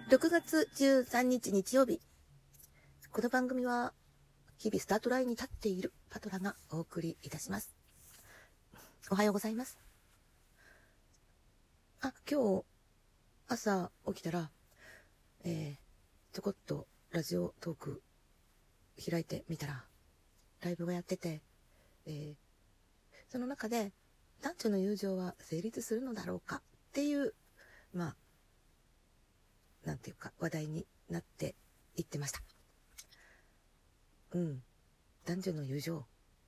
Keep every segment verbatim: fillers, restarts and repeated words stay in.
ろくがつじゅうさんにち日曜日。この番組は日々スタートラインに立っているパトラがお送りいたします。おはようございます。あ、今日朝起きたら、えー、ちょこっとラジオトーク開いてみたらライブがやってて、えー、その中で男女の友情は成立するのだろうかっていうまあなんていうか話題になっていってました。うん、男女の友情、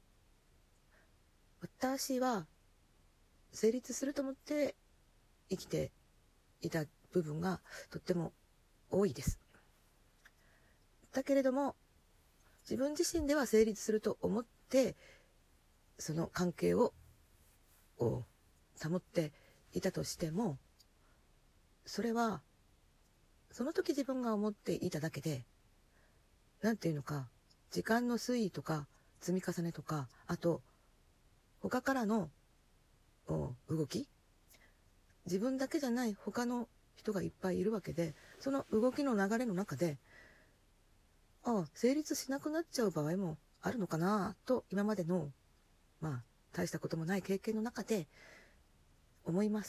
私は成立すると思って生きていた部分がとっても多いです。だけれども自分自身では成立すると思ってその関係を保っていたとしても、それはその時自分が思っていただけで、なんていうのか、時間の推移とか積み重ねとか、あと他からの動き、自分だけじゃない他の人がいっぱいいるわけで、その動きの流れの中でああ成立しなくなっちゃう場合もあるのかなと、今までのまあ大したこともない経験の中で思います。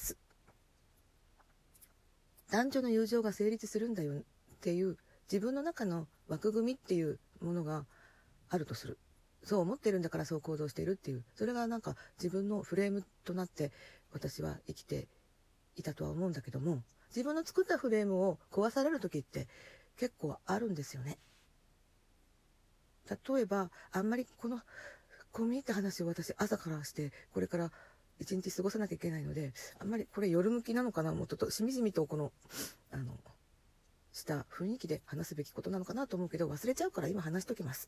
男女の友情が成立するんだよっていう自分の中の枠組みっていうものがあるとする。そう思ってるんだからそう行動しているっていう、それがなんか自分のフレームとなって私は生きていたとは思うんだけども、自分の作ったフレームを壊される時って結構あるんですよね。例えばあんまりこの込み入った話を私朝からしてこれから一日過ごさなきゃいけないので、あんまりこれ夜向きなのかな、もっとしみじみとこのあのした雰囲気で話すべきことなのかなと思うけど、忘れちゃうから今話しときます。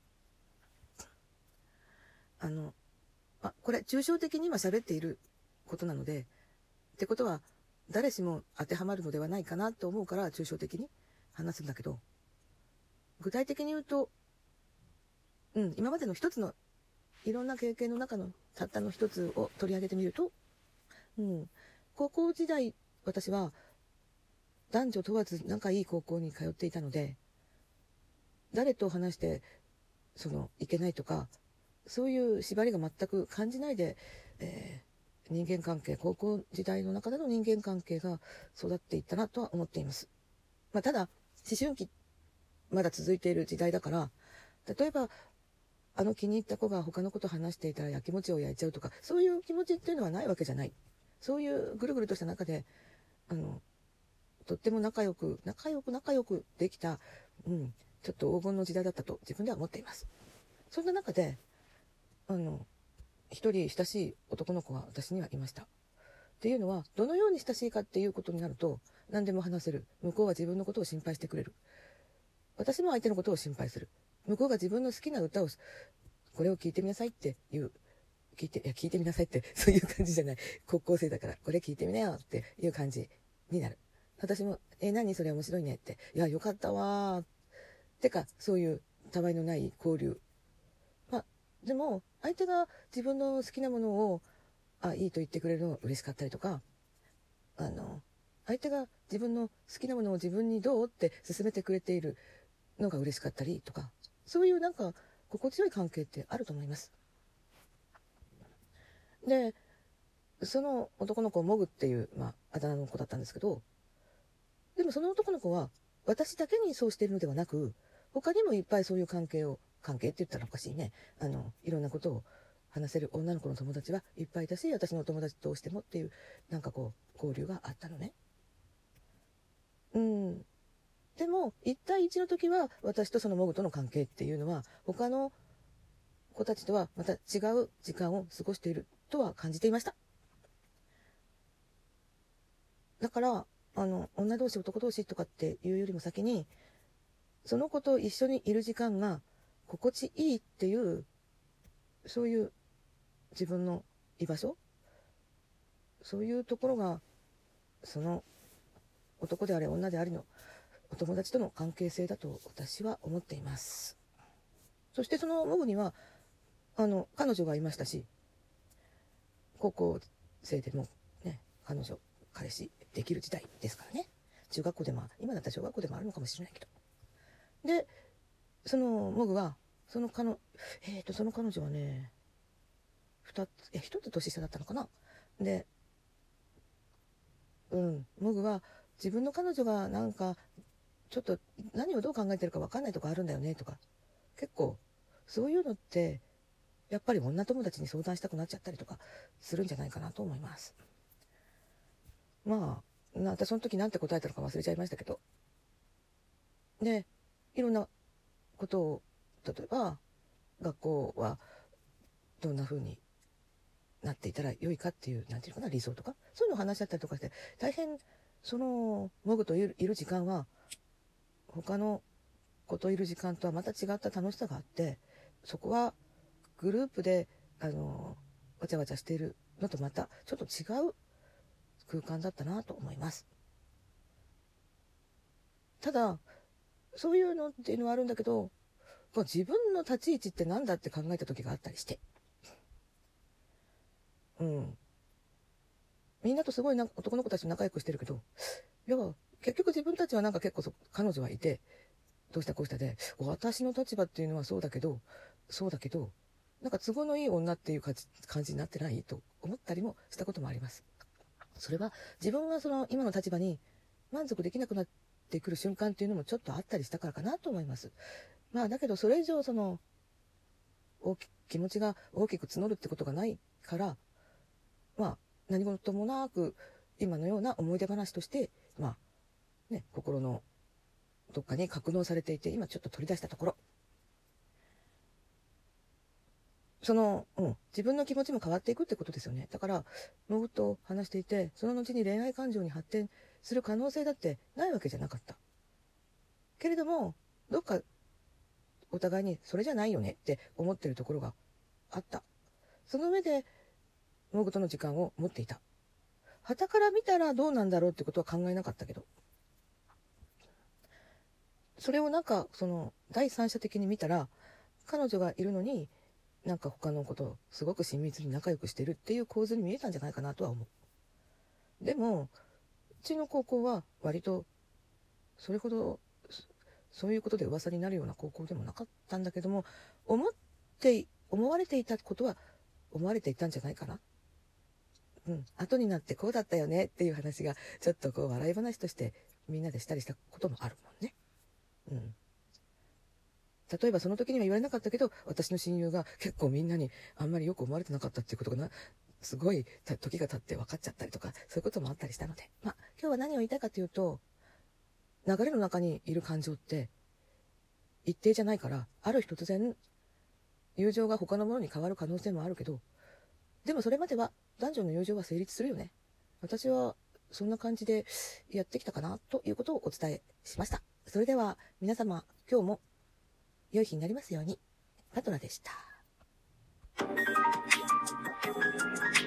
あのあこれ抽象的に今喋っていることなので、ってことは誰しも当てはまるのではないかなと思うから抽象的に話すんだけど、具体的に言うと、うん、今までの一つのいろんな経験の中のたったの一つを取り上げてみると、うん、高校時代私は男女問わず仲いい高校に通っていたので、誰と話してそのいけないとかそういう縛りが全く感じないで、えー、人間関係、高校時代の中での人間関係が育っていったなとは思っています。まあ、ただ思春期まだ続いている時代だから、例えばあの気に入った子が他の子と話していたらやきもちを焼いちゃうとか、そういう気持ちっていうのはないわけじゃない。そういうぐるぐるとした中であのとっても仲良く仲良く仲良くできた、うん、ちょっと黄金の時代だったと自分では思っています。そんな中であの一人親しい男の子が私にはいました。っていうのはどのように親しいかっていうことになると何でも話せる。向こうは自分のことを心配してくれる。私も相手のことを心配する。向こうが自分の好きな歌をこれを聞いてみなさいっていう聞いていや聞いてみなさいってそういう感じじゃない。高校生だからこれ聞いてみなよっていう感じになる。私もえ何それ面白いねって、いやよかったわーってか、そういうたわいのない交流。まあでも相手が自分の好きなものをあいいと言ってくれるのが嬉しかったりとか、あの相手が自分の好きなものを自分にどうって勧めてくれているのが嬉しかったりとか、そういうなんか心地よい関係ってあると思います。でその男の子をモグっていう、まあ、あだ名の子だったんですけど、でもその男の子は私だけにそうしているのではなく、他にもいっぱいそういう関係を関係って言ったらおかしいね、あのいろんなことを話せる女の子の友達はいっぱいいたし、私の友達としてもっていうなんかこう交流があったのね。うんでもいち対いちの時は私とそのモグとの関係っていうのは他の子たちとはまた違う時間を過ごしているとは感じていました。だからあの女同士男同士とかっていうよりも先にその子と一緒にいる時間が心地いいっていう、そういう自分の居場所、そういうところがその男であれ女でありのお友達との関係性だと私は思っています。そしてそのモグにはあの彼女がいましたし、高校生でもね彼女彼氏できる時代ですからね。 中学校でも、今だったら小学校でもあるのかもしれないけど。で、そのモグは、その彼女、えーと、その彼女はね、二つ、え、一つ年下だったのかな。で、うん、モグは自分の彼女がなんか、ちょっと何をどう考えてるか分かんないとこあるんだよねとか、結構、そういうのって、やっぱり女友達に相談したくなっちゃったりとかするんじゃないかなと思います。まあ、な私その時なんて答えたのか忘れちゃいましたけど。で、いろんなことを、例えば、学校はどんな風になっていたら良いかっていう、なんていうのかな、理想とか、そういうのを話し合ったりとかして、大変、その、モグといる、いる時間は、他の子といる時間とはまた違った楽しさがあって、そこはグループで、あの、わちゃわちゃしているのとまたちょっと違う空間だったなと思います。ただ、そういうのっていうのはあるんだけど、自分の立ち位置って何だって考えた時があったりして。うん。みんなとすごいな男の子たちと仲良くしてるけど、いや、結局自分たちはなんか結構そ彼女はいて、どうしたこうしたで、私の立場っていうのはそうだけど、そうだけど、なんか都合のいい女っていう感じ、感じになってないと思ったりもしたこともあります。それは自分がその今の立場に満足できなくなってくる瞬間っていうのもちょっとあったりしたからかなと思います。まあだけどそれ以上その大き気持ちが大きく募るってことがないから、まあ何事もなく今のような思い出話としてまあね心のどっかに格納されていて今ちょっと取り出したところ、その、うん、自分の気持ちも変わっていくってことですよね。だからモグと話していてその後に恋愛感情に発展する可能性だってないわけじゃなかったけれども、どっかお互いにそれじゃないよねって思ってるところがあった。その上でモグとの時間を持っていた。傍から見たらどうなんだろうってことは考えなかったけど、それをなんかその第三者的に見たら彼女がいるのになんか他のことをすごく親密に仲良くしてるっていう構図に見えたんじゃないかなとは思う。でもうちの高校は割とそれほどそういうことで噂になるような高校でもなかったんだけども、思って思われていたことは思われていたんじゃないかな。うん、後になってこうだったよねっていう話がちょっとこう笑い話としてみんなでしたりしたこともあるもんね。うん。例えばその時には言われなかったけど、私の親友が結構みんなにあんまりよく思われてなかったっていうことがな、すごい時が経って分かっちゃったりとか、そういうこともあったりしたので、まあ今日は何を言いたいかというと、流れの中にいる感情って一定じゃないから、ある日突然友情が他のものに変わる可能性もあるけど、でもそれまでは男女の友情は成立するよね。私はそんな感じでやってきたかなということをお伝えしました。それでは皆様、今日も良い日になりますように。パトラでした。